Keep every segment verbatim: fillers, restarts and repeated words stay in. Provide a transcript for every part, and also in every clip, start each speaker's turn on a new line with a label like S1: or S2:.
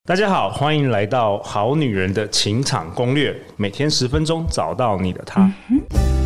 S1: 大家好，欢迎来到《好女人的情场攻略》，每天十分钟，找到你的他。嗯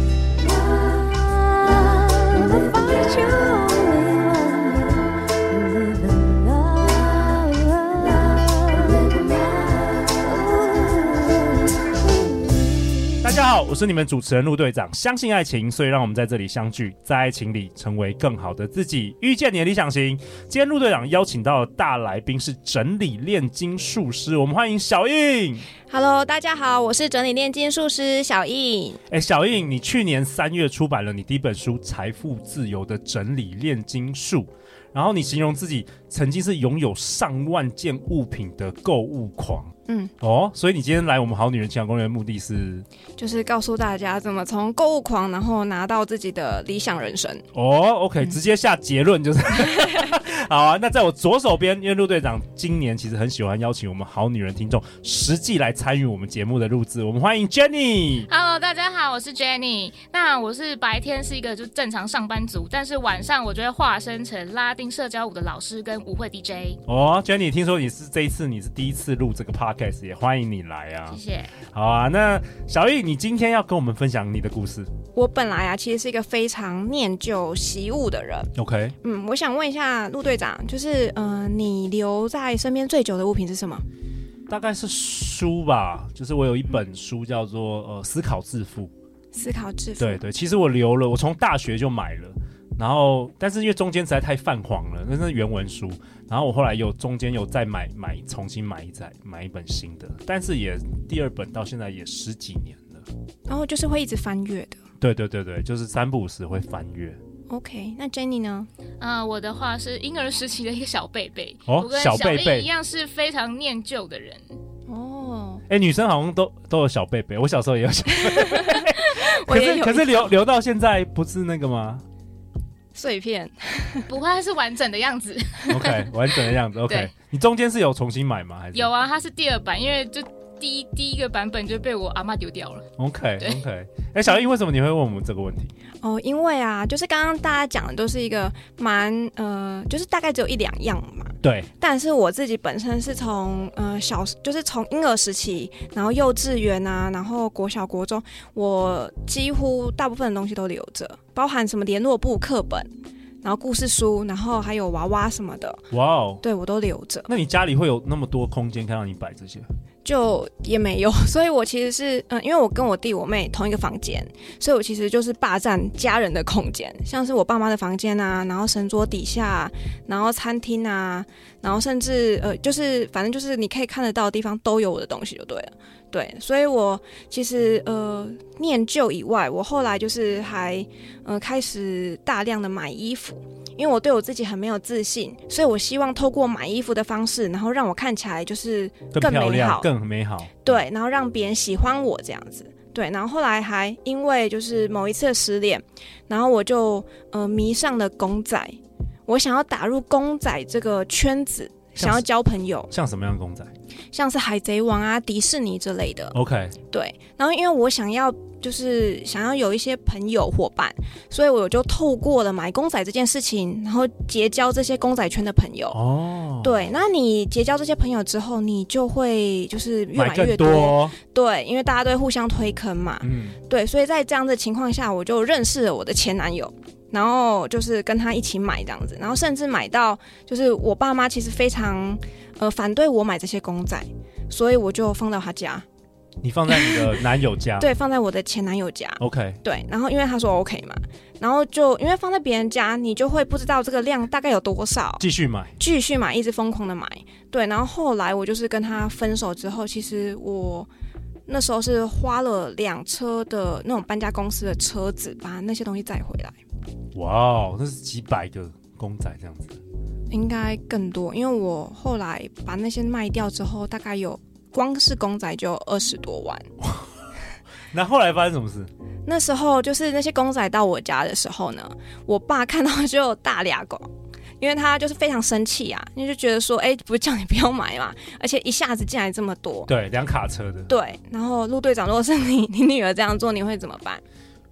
S1: 大家好，我是你们主持人陆队长。相信爱情，所以让我们在这里相聚，在爱情里成为更好的自己，遇见你的理想型。今天陆队长邀请到的大来宾是整理炼金术师，我们欢迎小印。
S2: Hello， 大家好，我是整理炼金术师小印。
S1: 哎，小印，你去年三月出版了你第一本书《财富自由的整理炼金术》，然后你形容自己曾经是拥有上万件物品的购物狂。嗯，哦，所以你今天来我们好女人情场攻略的目的是，
S2: 就是告诉大家怎么从购物狂，然后拿到自己的理想人生。
S1: 哦 ，OK，、嗯、直接下结论就是，好啊。那在我左手边，因为陆队长今年其实很喜欢邀请我们好女人听众实际来参与我们节目的录制，我们欢迎 Jenny。
S3: Hello， 大家好，我是 Jenny。那我是白天是一个就正常上班族，但是晚上我就会化身成拉丁社交舞的老师跟舞会 D J。
S1: 哦 ，Jenny， 听说你是这一次你是第一次录这个 podcast。也欢迎你来啊！
S3: 谢谢。
S1: 好啊，那小易，你今天要跟我们分享你的故事。
S2: 我本来啊，其实是一个非常念旧习物的人。
S1: OK，
S2: 嗯，我想问一下陆队长，就是呃，你留在身边最久的物品是什么？
S1: 大概是书吧，就是我有一本书叫做呃《思考致富》。
S2: 思考致富。
S1: 对对，其实我留了，我从大学就买了。然后，但是因为中间实在太泛黄了，那是原文书。然后我后来有中间有再买买重新买一再买一本新的，但是也第二本到现在也十几年了。
S2: 然后就是会一直翻阅的。
S1: 对对对对，就是三不五时会翻阅。
S2: OK， 那 Jenny 呢？
S3: 呃，我的话是婴儿时期的一个小贝贝，
S1: 哦，
S3: 我跟小印一样是非常念旧的人。
S2: 哦，
S1: 哎，女生好像都都有小贝贝，我小时候也有小贝贝。
S2: 可
S1: 是可是留留到现在不是那个吗？
S2: 碎片
S3: 不会是完整的样子。
S1: OK， 完整的样子。OK， 你中间是有重新买吗？还是
S3: 有啊？它是第二版，因为就第一第一个版本就被我阿嬷丢掉了。
S1: OK OK， 哎、欸，小易，为什么你会问我们这个问题？
S2: 哦，因为啊，就是刚刚大家讲的都是一个蛮呃，就是大概只有一两样嘛。
S1: 对。
S2: 但是我自己本身是从呃小，就是从婴儿时期，然后幼稚园啊，然后国小、国中，我几乎大部分的东西都留着，包含什么联络簿、课本。然后故事书，然后还有娃娃什么的，哇哦，对我都留着。
S1: 那你家里会有那么多空间看到你摆这些？
S2: 就也没有，所以我其实是嗯，因为我跟我弟我妹同一个房间，所以我其实就是霸占家人的空间，像是我爸妈的房间啊，然后神桌底下，然后餐厅啊，然后甚至呃，就是反正就是你可以看得到的地方都有我的东西就对了。对，所以我其实呃念旧以外，我后来就是还呃开始大量的买衣服，因为我对我自己很没有自信，所以我希望透过买衣服的方式，然后让我看起来就是更美好、
S1: 更美好。
S2: 对，然后让别人喜欢我这样子。对，然后后来还因为就是某一次的失恋，然后我就呃迷上了公仔，我想要打入公仔这个圈子。想要交朋友，
S1: 像什么样的公仔？
S2: 像是海贼王啊、迪士尼之类的。
S1: OK，
S2: 对。然后因为我想要，就是想要有一些朋友伙伴，所以我就透过了买公仔这件事情，然后结交这些公仔圈的朋友。哦，对。那你结交这些朋友之后，你就会就是越买越多。多对，因为大家都会互相推坑嘛。嗯，对。所以在这样的情况下，我就认识了我的前男友。然后就是跟他一起买这样子，然后甚至买到就是我爸妈其实非常呃反对我买这些公仔，所以我就放到他家。
S1: 你放在你的男友家？
S2: 对，放在我的前男友家。
S1: OK。
S2: 对，然后因为他说 OK 嘛，然后就因为放在别人家，你就会不知道这个量大概有多少，
S1: 继续买，
S2: 继续买，一直疯狂的买。对，然后后来我就是跟他分手之后，其实我那时候是花了两车的那种搬家公司的车子，把那些东西载回来。
S1: 哇哦，那是几百个公仔这样子，
S2: 应该更多，因为我后来把那些卖掉之后，大概有光是公仔就二十多万。
S1: 那后来发生什么事？
S2: 那时候就是那些公仔到我家的时候呢，我爸看到就大俩狗，因为他就是非常生气啊，因为就觉得说，哎、欸，不是叫你不要买嘛，而且一下子进来这么多，
S1: 对，两卡车的，
S2: 对。然后陆队长，如果是你，你女儿这样做，你会怎么办？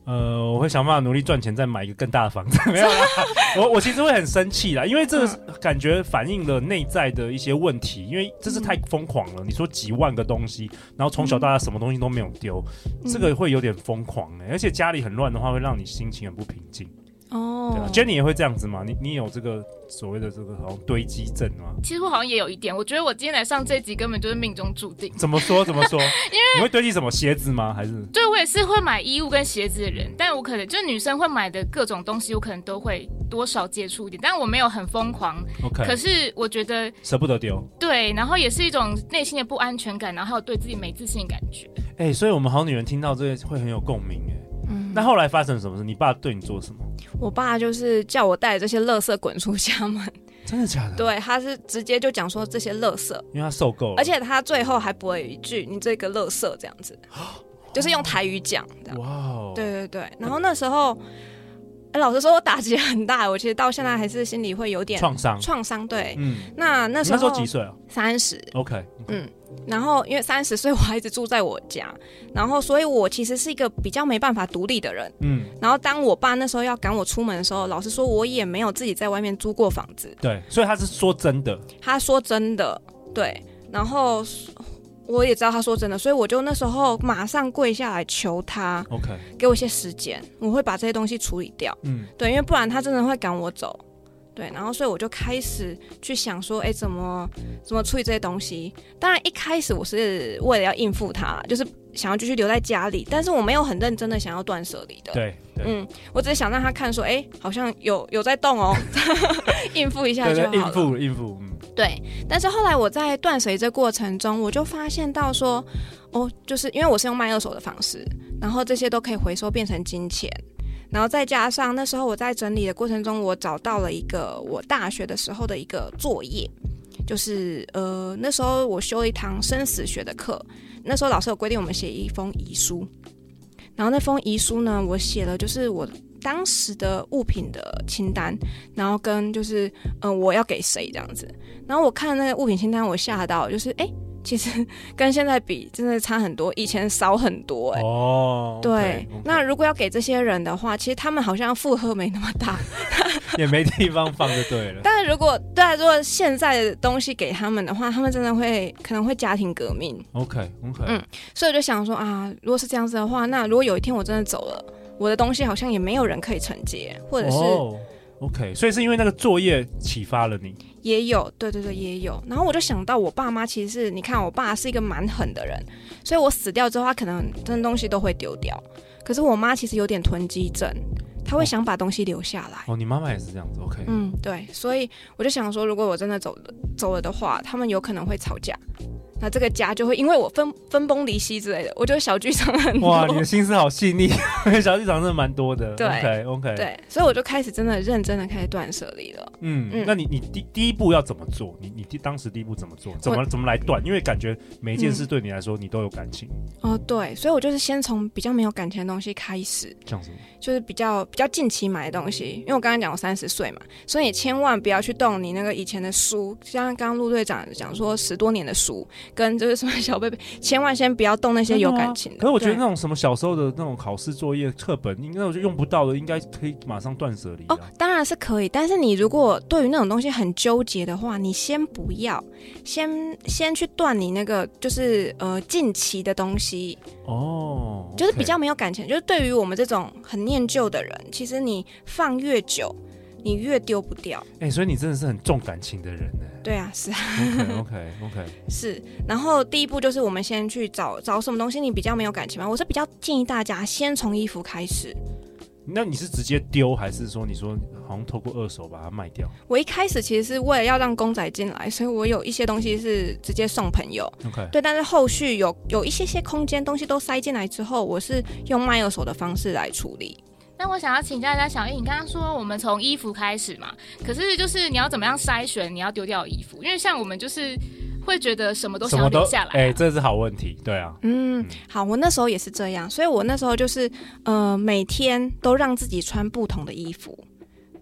S1: 呃，我会想办法努力赚钱，再买一个更大的房子。没有啦，我我其实会很生气啦，因为这个感觉反映了内在的一些问题，因为这是太疯狂了。你说几万个东西，然后从小到大什么东西都没有丢，嗯、这个会有点疯狂哎、欸。而且家里很乱的话，会让你心情很不平静。哦，对啊 ，Jenny 也会这样子吗？你你有这个所谓的这个好像堆积症吗？
S3: 其实我好像也有一点，我觉得我今天来上这集根本就是命中注定。
S1: 怎么说？怎么说？因为你会堆积什么鞋子吗？还是？
S3: 对，我也是会买衣物跟鞋子的人，但我可能就是女生会买的各种东西，我可能都会多少接触一点，但我没有很疯狂。
S1: OK，
S3: 可是我觉得
S1: 舍不得丢。
S3: 对，然后也是一种内心的不安全感，然后还有对自己没自信的感觉。
S1: 哎、欸，所以我们好女人听到这些会很有共鸣哎。嗯，那后来发生什么事？你爸对你做什么？
S2: 我爸就是叫我带这些垃圾滚出家门。
S1: 真的假的？
S2: 对，他是直接就讲说这些垃圾，
S1: 因为他受够了，
S2: 而且他最后还补了一句：“你这个垃圾”这样子，就是用台语讲。哇哦！对对对，然后那时候。欸、老实说，我打击很大，我其实到现在还是心里会有点
S1: 创伤。
S2: 创伤，对，嗯，那那时候
S1: 那时候几岁啊？
S2: 三十。
S1: OK， okay
S2: 嗯，然后因为三十岁，我还一直住在我家，然后所以我其实是一个比较没办法独立的人，嗯，然后当我爸那时候要赶我出门的时候，老实说，我也没有自己在外面租过房子，
S1: 对，所以他是说真的，
S2: 他说真的，对，然后。我也知道他说真的，所以我就那时候马上跪下来求他
S1: ，OK，
S2: 给我一些时间，我会把这些东西处理掉。嗯，对，因为不然他真的会赶我走。对，然后所以我就开始去想说，哎，怎么怎么处理这些东西？当然一开始我是为了要应付他，就是想要继续留在家里，但是我没有很认真的想要断舍离的。
S1: 对，对
S2: 嗯，我只是想让他看说，哎，好像有有在动哦，应付一下就好了。
S1: 对对，应付应付，嗯。
S2: 对，但是后来我在断舍离这过程中，我就发现到说，哦，就是因为我是用卖二手的方式，然后这些都可以回收变成金钱，然后再加上那时候我在整理的过程中，我找到了一个我大学的时候的一个作业，就是呃那时候我修了一堂生死学的课，那时候老师有规定我们写一封遗书，然后那封遗书呢，我写了就是我当时的物品的清单，然后跟就是嗯、呃、我要给谁这样子，然后我看那个物品清单，我吓到就是哎。诶其实跟现在比真的差很多，以前少很多哎、欸。哦，对。Okay, okay. 那如果要给这些人的话，其实他们好像负荷没那么大，
S1: 也没地方放就对了。
S2: 但是如果对啊，如果现在的东西给他们的话，他们真的会可能会家庭革命。
S1: OK OK。
S2: 嗯，所以我就想说啊，如果是这样子的话，那如果有一天我真的走了，我的东西好像也没有人可以承接，或者是。Oh.
S1: OK， 所以是因为那个作业启发了你，
S2: 也有，对对对，也有。然后我就想到，我爸妈其实是，你看，我爸是一个蛮狠的人，所以我死掉之后，他可能真的东西都会丢掉。可是我妈其实有点囤积症，她会想把东西留下来。
S1: 哦，你妈妈也是这样子 ，OK？
S2: 嗯，对，所以我就想说，如果我真的走了走了的话，他们有可能会吵架。那这个家就会因为我分分崩离析之类的，我觉得小剧场很多。
S1: 哇，你的心思好细腻，小剧场真的蛮多的。
S2: 对
S1: ，OK OK，
S2: 对，所以我就开始真的认真的开始断舍离了。
S1: 嗯，嗯那你你第第一步要怎么做？你你当时第一步怎么做？怎么怎么来断？因为感觉每一件事对你来说，你都有感情。
S2: 哦，对，所以我就是先从比较没有感情的东西开始。
S1: 像什么？
S2: 就是比较比较近期买的东西，因为我刚刚讲我三十岁嘛，所以你千万不要去动你那个以前的书，像刚刚陆队长讲说十多年的书，跟就是什么小贝贝，千万先不要动那些有感情的。
S1: 可是我觉得那种什么小时候的那种考试作业课本，应该我就用不到的，应该可以马上断舍离。
S2: 哦，当然是可以，但是你如果对于那种东西很纠结的话，你先不要，先先去断你那个就是呃近期的东西。哦， okay. 就是比较没有感情，就是对于我们这种很念旧的人，其实你放越久，你越丢不掉。
S1: 哎、欸，所以你真的是很重感情的人呢。
S2: 对啊，是啊。
S1: OK OK OK。
S2: 是，然后第一步就是我们先去找找什么东西你比较没有感情吗？我是比较建议大家先从衣服开始。
S1: 那你是直接丢，还是说你说好像透过二手把它卖掉？
S2: 我一开始其实是为了要让公仔进来，所以我有一些东西是直接送朋友。
S1: OK，
S2: 对，但是后续有有一些些空间东西都塞进来之后，我是用卖二手的方式来处理。
S3: 那我想要请教一下小易，你刚刚说我们从衣服开始嘛，可是就是你要怎么样筛选你要丢掉的衣服？因为像我们就是会觉得什么都想要留下来、啊，
S1: 哎、欸，这是好问题，对啊，
S2: 嗯，好，我那时候也是这样，所以我那时候就是呃每天都让自己穿不同的衣服，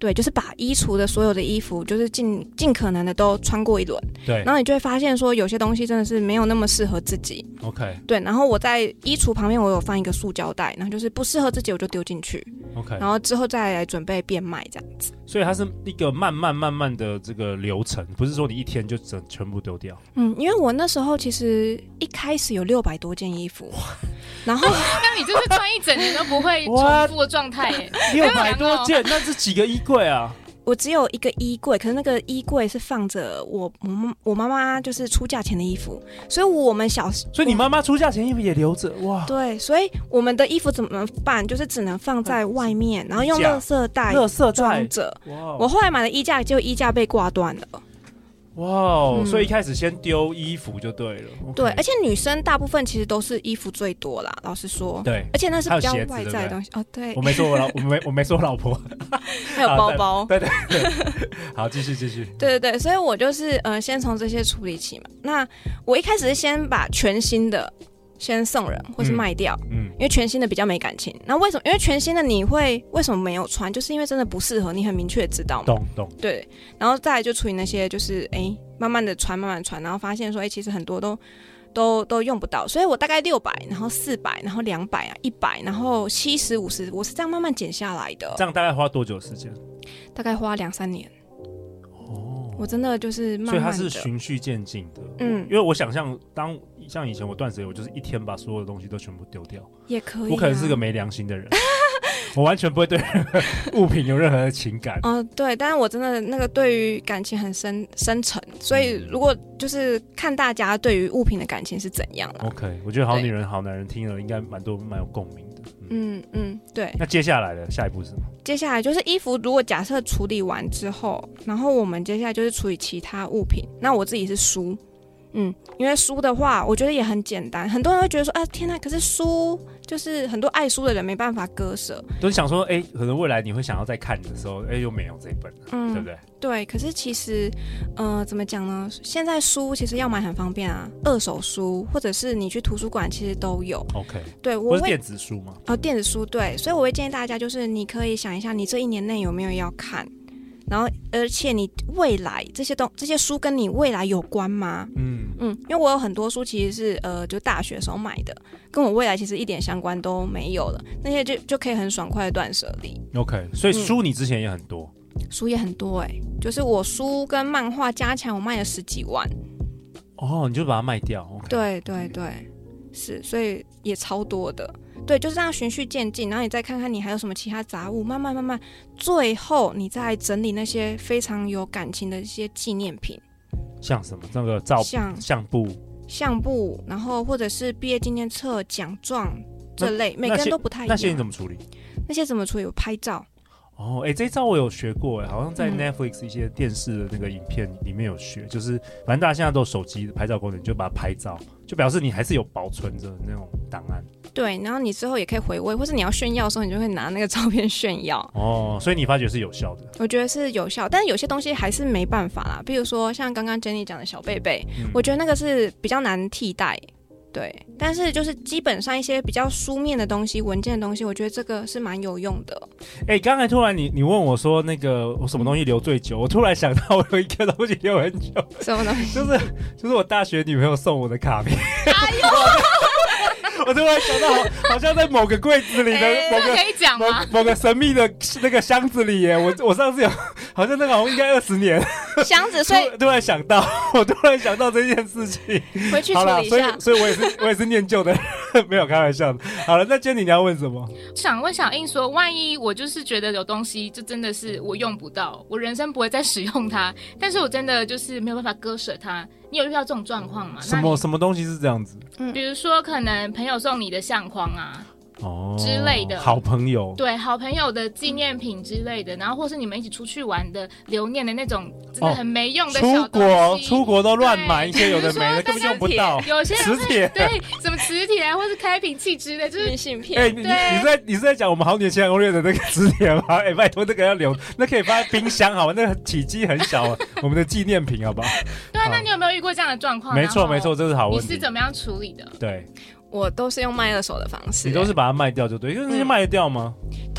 S2: 对，就是把衣橱的所有的衣服，就是尽尽可能的都穿过一轮。
S1: 对，
S2: 然后你就会发现说，有些东西真的是没有那么适合自己。
S1: OK，
S2: 对，然后我在衣橱旁边我有放一个塑胶袋，然后就是不适合自己我就丢进去。
S1: OK，
S2: 然后之后再来准备变卖这样子。
S1: 所以它是一个慢慢慢慢的这个流程，不是说你一天就整全部丢掉。
S2: 嗯，因为我那时候其实一开始有六百多件衣服，然后
S3: 那你就是穿一整年都不会重复的状态耶，
S1: 六百多件，那是几个衣柜啊？
S2: 我只有一个衣柜，可是那个衣柜是放着我我我妈妈就是出嫁前的衣服，所以我们小
S1: 所以你妈妈出嫁前衣服也留着哇？
S2: 对，所以我们的衣服怎么办？就是只能放在外面，然后用垃圾袋
S1: 垃圾
S2: 装着。我后来买的衣架，结果衣架被挂断了。
S1: 哇哦、嗯！所以一开始先丢衣服就对了。
S2: 对，
S1: okay
S2: 而且女生大部分其实都是衣服最多啦，老实说。
S1: 对，
S2: 而且那是比较外在的东西。
S1: 对对
S2: 哦，对。
S1: 我没说我老，我没我没说我老婆。
S2: 还有包包。
S1: 对对对。好，继续继续。
S2: 对对对，所以我就是呃，先从这些处理起嘛。那我一开始是先把全新的先送人或是卖掉，嗯，嗯因为全新的比较没感情。那为什么？因为全新的你会为什么没有穿？就是因为真的不适合，你很明确知道嘛。
S1: 懂懂。
S2: 对，然后再来就处理那些就是哎，慢慢的穿，慢慢穿，然后发现说哎，其实很多都都都用不到，所以我大概六百，然后四百，然后两百啊，一百，然后七十、五十，我是这样慢慢减下来的。
S1: 这样大概花多久时间？
S2: 大概花两三年。我真的就是慢慢的，
S1: 所以它是循序渐进的。嗯，因为我想象，当像以前我断舍离，我就是一天把所有的东西都全部丢掉，
S2: 也可以、啊。
S1: 我可能是个没良心的人，我完全不会对任何物品有任何的情感。
S2: 哦、呃，对，但是我真的那个对于感情很深深沉，所以如果就是看大家对于物品的感情是怎样了。
S1: OK， 我觉得好女人、好男人听了应该蛮多蛮有共鸣的。
S2: 嗯嗯，对。
S1: 那接下来的下一步是什么？
S2: 接下来就是衣服，如果假设处理完之后，然后我们接下来就是处理其他物品。那我自己是书，嗯，因为书的话，我觉得也很简单。很多人会觉得说，啊，天哪！可是书就是很多爱书的人没办法割舍。
S1: 都是想说，哎、欸，可能未来你会想要再看的时候，哎、欸，又没有这一本了，嗯，对不对？
S2: 对。可是其实，呃，怎么讲呢？现在书其实要买很方便啊，二手书或者是你去图书馆其实都有。
S1: OK。
S2: 对，我会
S1: 或是电子书吗？
S2: 哦，电子书对，所以我会建议大家，就是你可以想一下，你这一年内有没有要看。然后，而且你未来这些东这些书跟你未来有关吗？嗯嗯，因为我有很多书其实是呃，就大学时候买的，跟我未来其实一点相关都没有了，那些就就可以很爽快的断舍离。
S1: OK， 所以书你之前也很多，
S2: 嗯、书也很多哎、欸，就是我书跟漫画加起来，我卖了十几万。
S1: 哦，你就把它卖掉。Okay、
S2: 对对对，是，所以也超多的。对，就是这样循序渐进，然后你再看看你还有什么其他杂物，慢慢慢慢，最后你再整理那些非常有感情的一些纪念品，
S1: 像什么那个照
S2: 像
S1: 相簿、
S2: 相簿，然后或者是毕业纪念册、奖状这类，每个人都不太一样。
S1: 那些你怎么处理？
S2: 那些怎么处理？我拍照。
S1: 哦，哎，这一招我有学过，哎，好像在 Netflix 一些电视的那个影片里面有学，嗯、就是反正大家现在都有手机的拍照功能，你就把它拍照，就表示你还是有保存着那种档案。
S2: 对，然后你之后也可以回味，或是你要炫耀的时候，你就会拿那个照片炫耀。
S1: 哦，所以你发觉是有效的？
S2: 我觉得是有效，但是有些东西还是没办法啦，比如说像刚刚 Jenny 讲的小贝贝，嗯、我觉得那个是比较难替代。对，但是就是基本上一些比较书面的东西、文件的东西，我觉得这个是蛮有用的。
S1: 哎、欸，刚才突然你你问我说那个我什么东西留最久，我突然想到我有一个东西留很久。
S2: 什么东西？
S1: 就是就是我大学女朋友送我的卡片。哎呦！我突然想到好，好像在某个柜子里的某个、
S3: 欸、可以讲吗？
S1: 某, 某个神秘的那个箱子里耶，我我上次有，好像那个好像应该二十年
S2: 箱子，所以
S1: 突然想到，我突然想到这件事情，
S2: 回去处理一下。
S1: 所以所以我也是我也是念旧的，没有开玩笑的。好了，那Jenny你要问什么？
S3: 想问小印说，万一我就是觉得有东西，就真的是我用不到，我人生不会再使用它，但是我真的就是没有办法割舍它。你有遇到这种状况吗？
S1: 什么什么东西是这样子？
S3: 嗯，比如说可能朋友送你的相框啊。哦，之类的
S1: 好朋友，
S3: 对好朋友的纪念品之类的，然后或是你们一起出去玩的留念的那种，真的很没用的小东西。
S1: 出国出国都乱买一些有的没的，根本用不到。
S3: 有些
S1: 磁铁，
S3: 对，什么磁铁啊，或是开瓶器之类，就是
S2: 明信片。
S1: 哎、欸，你你是在你是在讲我们好年轻人攻略的那个磁铁吗？哎、欸，拜托，那个要留，那可以放在冰箱好吗？那个体积很小，我们的纪念品好不好？
S3: 对啊，那你有没有遇过这样的状况？
S1: 没错没错，这是好问题。
S3: 你是怎么样处理的？
S1: 对。
S2: 我都是用卖二手的方式、欸，
S1: 你都是把它卖掉就对，因为那些卖得掉吗？
S2: 嗯、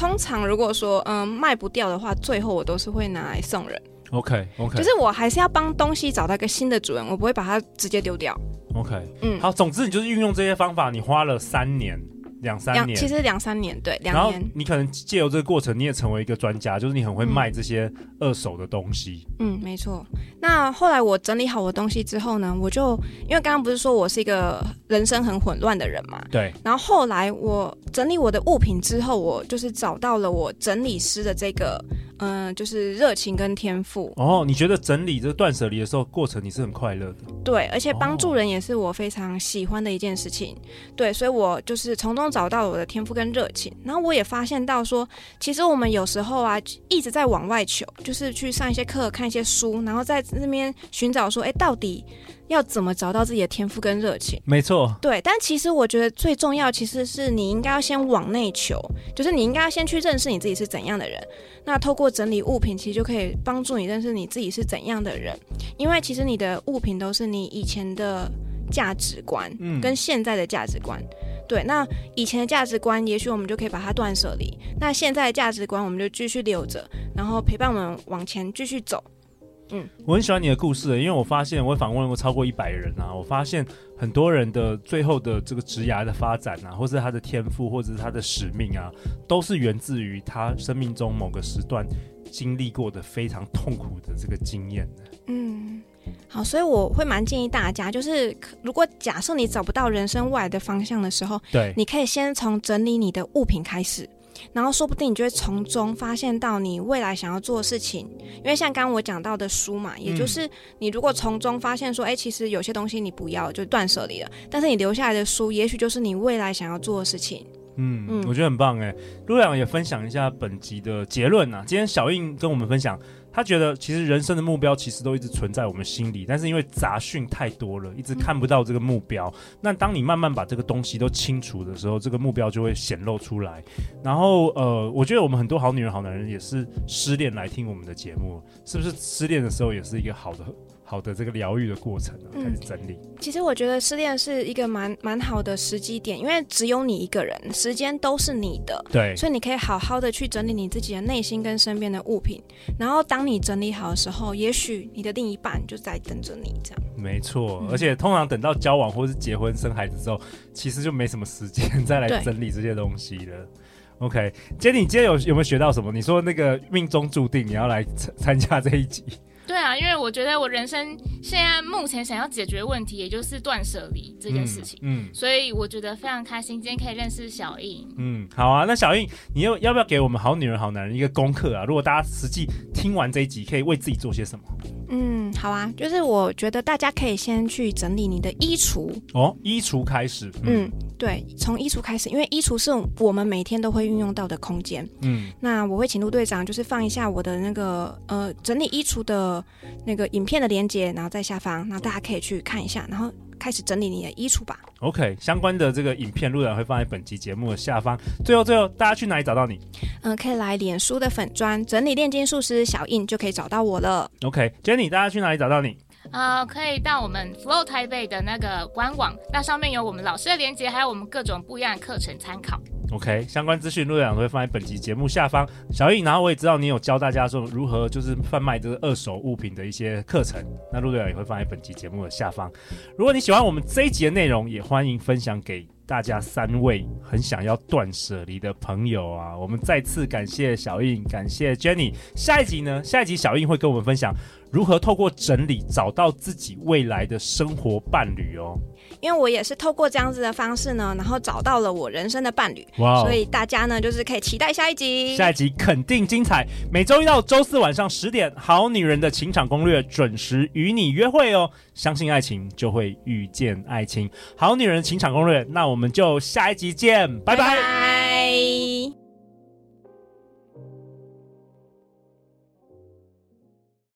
S2: 通常如果说嗯卖不掉的话，最后我都是会拿来送人。
S1: OK OK，
S2: 就是我还是要帮东西找到一个新的主人，我不会把它直接丢掉。
S1: OK， 嗯，好，总之你就是运用这些方法，你花了三年。两三年，
S2: 其实两三年，对，两年。
S1: 然后你可能借由这个过程，你也成为一个专家，就是你很会卖这些二手的东西。
S2: 嗯，没错。那后来我整理好我的东西之后呢，我就因为刚刚不是说我是一个人生很混乱的人嘛，
S1: 对。
S2: 然后后来我整理我的物品之后，我就是找到了我整理师的这个，嗯、呃，就是热情跟天赋。
S1: 哦，你觉得整理这个断舍离的时候过程你是很快乐的？
S2: 对，而且帮助人也是我非常喜欢的一件事情。哦、对，所以我就是从中找到了我的天赋跟热情。然后我也发现到说，其实我们有时候啊，一直在往外求，就是去上一些课、看一些书，然后在那边寻找说，哎，到底要怎么找到自己的天赋跟热情？
S1: 没错，
S2: 对。但其实我觉得最重要，其实是你应该要先往内求，就是你应该要先去认识你自己是怎样的人。那透过整理物品，其实就可以帮助你认识你自己是怎样的人，因为其实你的物品都是你以前的价值观，嗯，跟现在的价值观。对，那以前的价值观，也许我们就可以把它断舍离；那现在的价值观，我们就继续留着，然后陪伴我们往前继续走。嗯，
S1: 我很喜欢你的故事，因为我发现我访问过超过一百人啊，我发现很多人的最后的这个职涯的发展啊，或是他的天赋，或者是他的使命啊，都是源自于他生命中某个时段经历过的非常痛苦的这个经验。
S2: 嗯。好，所以我会蛮建议大家，就是如果假设你找不到人生未来的方向的时候，
S1: 对，
S2: 你可以先从整理你的物品开始，然后说不定你就会从中发现到你未来想要做的事情。因为像刚刚我讲到的书嘛，也就是你如果从中发现说，哎，其实有些东西你不要就断舍离了，但是你留下来的书，也许就是你未来想要做的事情。
S1: 嗯, 嗯我觉得很棒哎。陆队长也分享一下本集的结论啊。今天小印跟我们分享，他觉得其实人生的目标其实都一直存在我们心里，但是因为杂讯太多了，一直看不到这个目标。嗯、那当你慢慢把这个东西都清除的时候，这个目标就会显露出来。然后呃，我觉得我们很多好女人、好男人也是失恋来听我们的节目，是不是失恋的时候也是一个好的？好的这个疗愈的过程啊，开始整理。
S2: 嗯、其实我觉得失恋是一个蛮蛮好的时机点，因为只有你一个人，时间都是你的，
S1: 对，
S2: 所以你可以好好的去整理你自己的内心跟身边的物品，然后当你整理好的时候，也许你的另一半就在等着你这样。
S1: 没错、嗯，而且通常等到交往或是结婚生孩子之后，其实就没什么时间再来整理这些东西了。OK， Jenny，你今天有有没有学到什么？你说那个命中注定你要来参加这一集。
S3: 对啊，因为我觉得我人生现在目前想要解决的问题，也就是断舍离这件事情。嗯，嗯所以我觉得非常开心，今天可以认识小印。
S1: 嗯，好啊，那小印，你要要不要给我们好女人、好男人一个功课啊？如果大家实际听完这一集，可以为自己做些什么？
S2: 嗯，好啊，就是我觉得大家可以先去整理你的衣橱
S1: 哦，衣橱开始。
S2: 嗯，嗯对，从衣橱开始，因为衣橱是我们每天都会运用到的空间。嗯，那我会请陆队长就是放一下我的那个呃整理衣橱的那个影片的连结，然后在下方，然后大家可以去看一下，然后开始整理你的衣橱吧。
S1: OK， 相关的这个影片，陆队长会放在本集节目的下方。最后，最后，大家去哪里找到你？
S2: 嗯、呃，可以来脸书的粉专整理炼金术师小印就可以找到我了。
S1: OK，Jenny， 大家去哪里找到你？
S3: 呃，可以到我们 Flow 台北的那个官网，那上面有我们老师的连结，还有我们各种不一样的课程参考。
S1: OK， 相关资讯陆队长都会放在本集节目下方。小印，然后我也知道你有教大家说如何就是贩卖这个二手物品的一些课程，那陆队长也会放在本集节目的下方。如果你喜欢我们这一集的内容，也欢迎分享给大家三位很想要断舍离的朋友啊！我们再次感谢小印，感谢 Jenny。下一集呢？下一集小印会跟我们分享如何透过整理找到自己未来的生活伴侣哦。
S2: 因为我也是透过这样子的方式呢，然后找到了我人生的伴侣， wow, 所以大家呢就是可以期待下一集。
S1: 下一集肯定精彩，每周一到周四晚上十点，《好女人的情场攻略》准时与你约会哦。相信爱情，就会遇见爱情。好女人的情场攻略，那我们就下一集见，拜拜。拜拜。